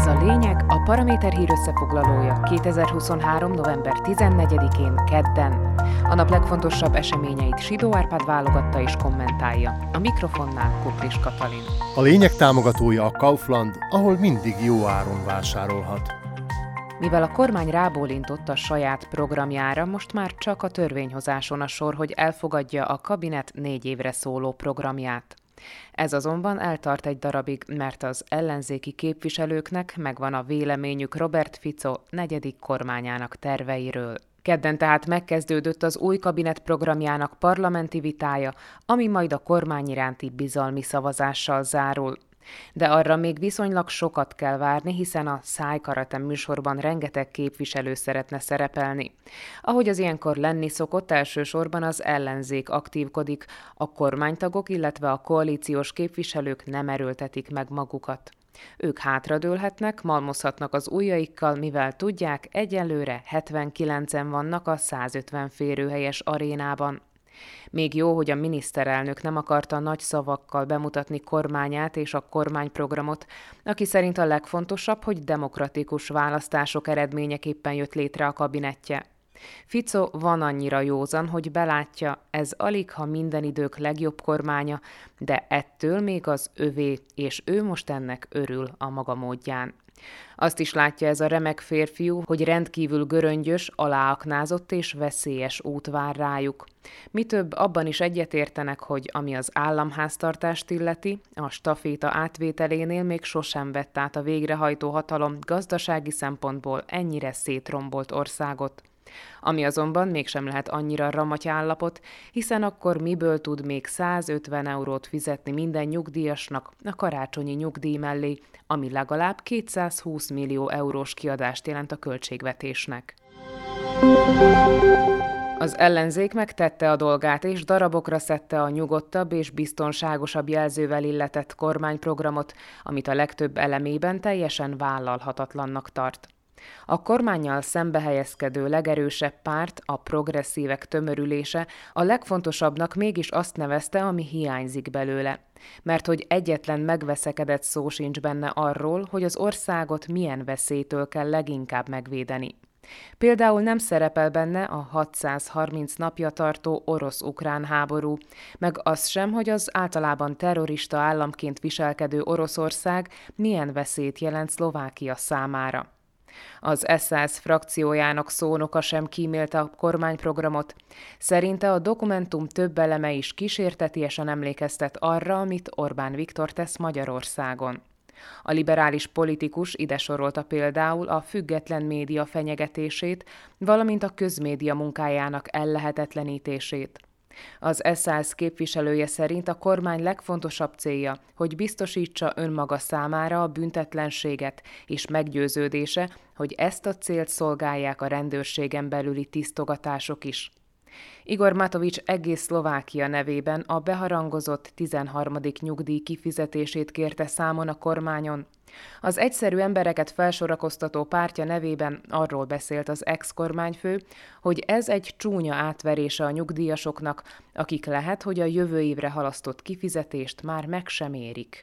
a lényeg, a Paraméter hír összefoglalója 2023. november 14-én kedden. A nap legfontosabb eseményeit Sidó Árpád válogatta és kommentálja. A mikrofonnál Kuklis Katalin. A lényeg támogatója a Kaufland, ahol mindig jó áron vásárolhat. Mivel a kormány rábólintott a saját programjára, most már csak a törvényhozáson a sor, hogy elfogadja a kabinet 4 évre szóló programját. Ez azonban eltart egy darabig, mert az ellenzéki képviselőknek megvan a véleményük Robert Fico 4. kormányának terveiről. Kedden tehát megkezdődött az új kabinet programjának parlamenti vitája, ami majd a kormány iránti bizalmi szavazással zárul. De arra még viszonylag sokat kell várni, hiszen a Szájkarate műsorban rengeteg képviselő szeretne szerepelni. Ahogy az ilyenkor lenni szokott, elsősorban az ellenzék aktívkodik, a kormánytagok, illetve a koalíciós képviselők nem erőltetik meg magukat. Ők hátradőlhetnek, malmozhatnak az ujjaikkal, mivel tudják, egyelőre 79-en vannak a 150 férőhelyes arénában. Még jó, hogy a miniszterelnök nem akarta nagy szavakkal bemutatni kormányát és a kormányprogramot, aki szerint a legfontosabb, hogy demokratikus választások eredményeképpen jött létre a kabinetje. Fico van annyira józan, hogy belátja, ez aligha minden idők legjobb kormánya, de ettől még az övé, és ő most ennek örül a maga módján. Azt is látja ez a remek férfiú, hogy rendkívül göröngyös, aláaknázott és veszélyes út vár rájuk. Mi több, abban is egyetértenek, hogy ami az államháztartást illeti, a staféta átvételénél még sosem vett át a végrehajtó hatalom gazdasági szempontból ennyire szétrombolt országot. Ami azonban mégsem lehet annyira ramaty állapot, hiszen akkor miből tud még 150 eurót fizetni minden nyugdíjasnak a karácsonyi nyugdíj mellé, ami legalább 220 millió eurós kiadást jelent a költségvetésnek. Az ellenzék megtette a dolgát és darabokra szedte a nyugodtabb és biztonságosabb jelzővel illetett kormányprogramot, amit a legtöbb elemében teljesen vállalhatatlannak tart. A kormánnyal szembehelyezkedő legerősebb párt, a progresszívek tömörülése a legfontosabbnak mégis azt nevezte, ami hiányzik belőle. Mert hogy egyetlen megveszekedett szó sincs benne arról, hogy az országot milyen veszélytől kell leginkább megvédeni. Például nem szerepel benne a 630 napja tartó orosz-ukrán háború, meg az sem, hogy az általában terrorista államként viselkedő Oroszország milyen veszélyt jelent Szlovákia számára. Az SZSZ frakciójának szónoka sem kímélte a kormányprogramot. Szerinte a dokumentum több eleme is kísértetiesen emlékeztet arra, amit Orbán Viktor tesz Magyarországon. A liberális politikus ide sorolta például a független média fenyegetését, valamint a közmédia munkájának ellehetetlenítését. Az SZSZ képviselője szerint a kormány legfontosabb célja, hogy biztosítsa önmaga számára a büntetlenséget, és meggyőződése, hogy ezt a célt szolgálják a rendőrségen belüli tisztogatások is. Igor Matovics egész Szlovákia nevében a beharangozott 13. nyugdíj kifizetését kérte számon a kormányon. Az egyszerű embereket felsorakoztató pártja nevében arról beszélt az ex-kormányfő, hogy ez egy csúnya átverése a nyugdíjasoknak, akik lehet, hogy a jövő évre halasztott kifizetést már meg sem érik.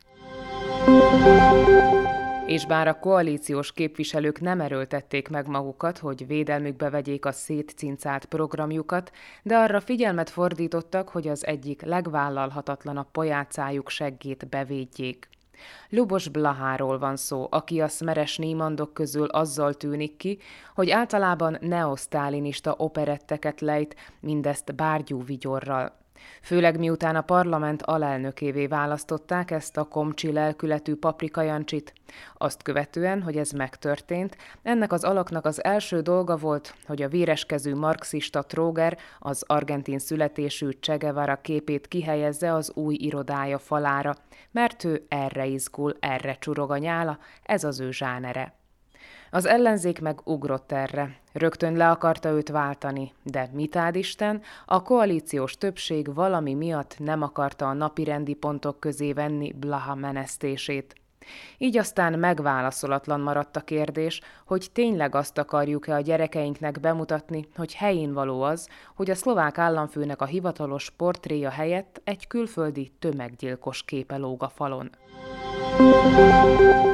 És bár a koalíciós képviselők nem erőltették meg magukat, hogy védelmükbe vegyék a szétcincált programjukat, de arra figyelmet fordítottak, hogy az egyik legvállalhatatlanabb pojácájuk seggét bevédjék. Lubos Blaháról van szó, aki a szmeres nímandok közül azzal tűnik ki, hogy általában neosztálinista operetteket lejt, mindezt bárgyú vigyorral. Főleg miután a parlament alelnökévé választották ezt a komcsi lelkületű Paprika Jancsit. Azt követően, hogy ez megtörtént, ennek az alaknak az első dolga volt, hogy a véreskezű marxista tróger, az argentin születésű Che Guevara képét kihelyezze az új irodája falára, mert ő erre izgul, erre csurog a nyála, ez az ő zsánere. Az ellenzék meg ugrott erre. Rögtön le akarta őt váltani, de mit áld Isten, a koalíciós többség valami miatt nem akarta a napirendi pontok közé venni Blaha menesztését. Így aztán megválaszolatlan maradt a kérdés, hogy tényleg azt akarjuk-e a gyerekeinknek bemutatni, hogy helyén való az, hogy a szlovák államfőnek a hivatalos portréja helyett egy külföldi tömeggyilkos képe lóg a falon.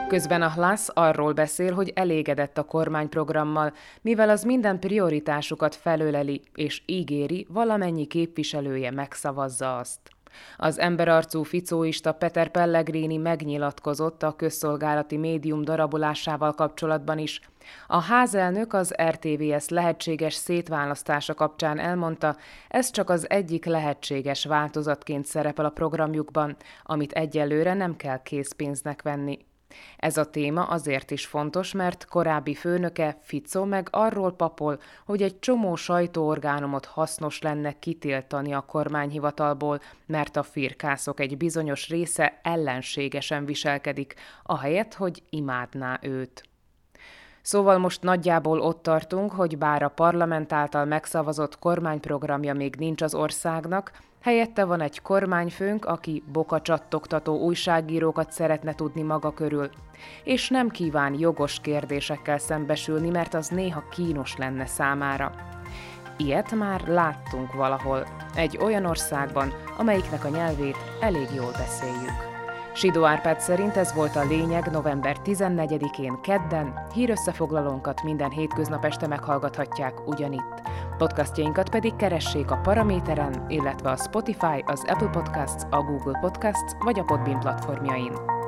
Közben a Hlas arról beszél, hogy elégedett a kormányprogrammal, mivel az minden prioritásukat felöleli, és ígéri, valamennyi képviselője megszavazza azt. Az emberarcú ficóista Peter Pellegrini megnyilatkozott a közszolgálati médium darabolásával kapcsolatban is. A házelnök az RTVS lehetséges szétválasztása kapcsán elmondta, ez csak az egyik lehetséges változatként szerepel a programjukban, amit egyelőre nem kell készpénznek venni. Ez a téma azért is fontos, mert korábbi főnöke, Fico meg arról papol, hogy egy csomó sajtóorgánumot hasznos lenne kitiltani a kormányhivatalból, mert a firkászok egy bizonyos része ellenségesen viselkedik, ahelyett, hogy imádná őt. Szóval most nagyjából ott tartunk, hogy bár a parlament által megszavazott kormányprogramja még nincs az országnak, helyette van egy kormányfőnk, aki bokacsattogtató újságírókat szeretne tudni maga körül, és nem kíván jogos kérdésekkel szembesülni, mert az néha kínos lenne számára. Ilyet már láttunk valahol, egy olyan országban, amelyiknek a nyelvét elég jól beszéljük. Sidó Árpád szerint ez volt a lényeg november 14-én kedden, hírösszefoglalónkat minden hétköznap este meghallgathatják ugyanitt. Podcastjainkat pedig keressék a Paraméteren, illetve a Spotify, az Apple Podcasts, a Google Podcasts vagy a Podbean platformjain.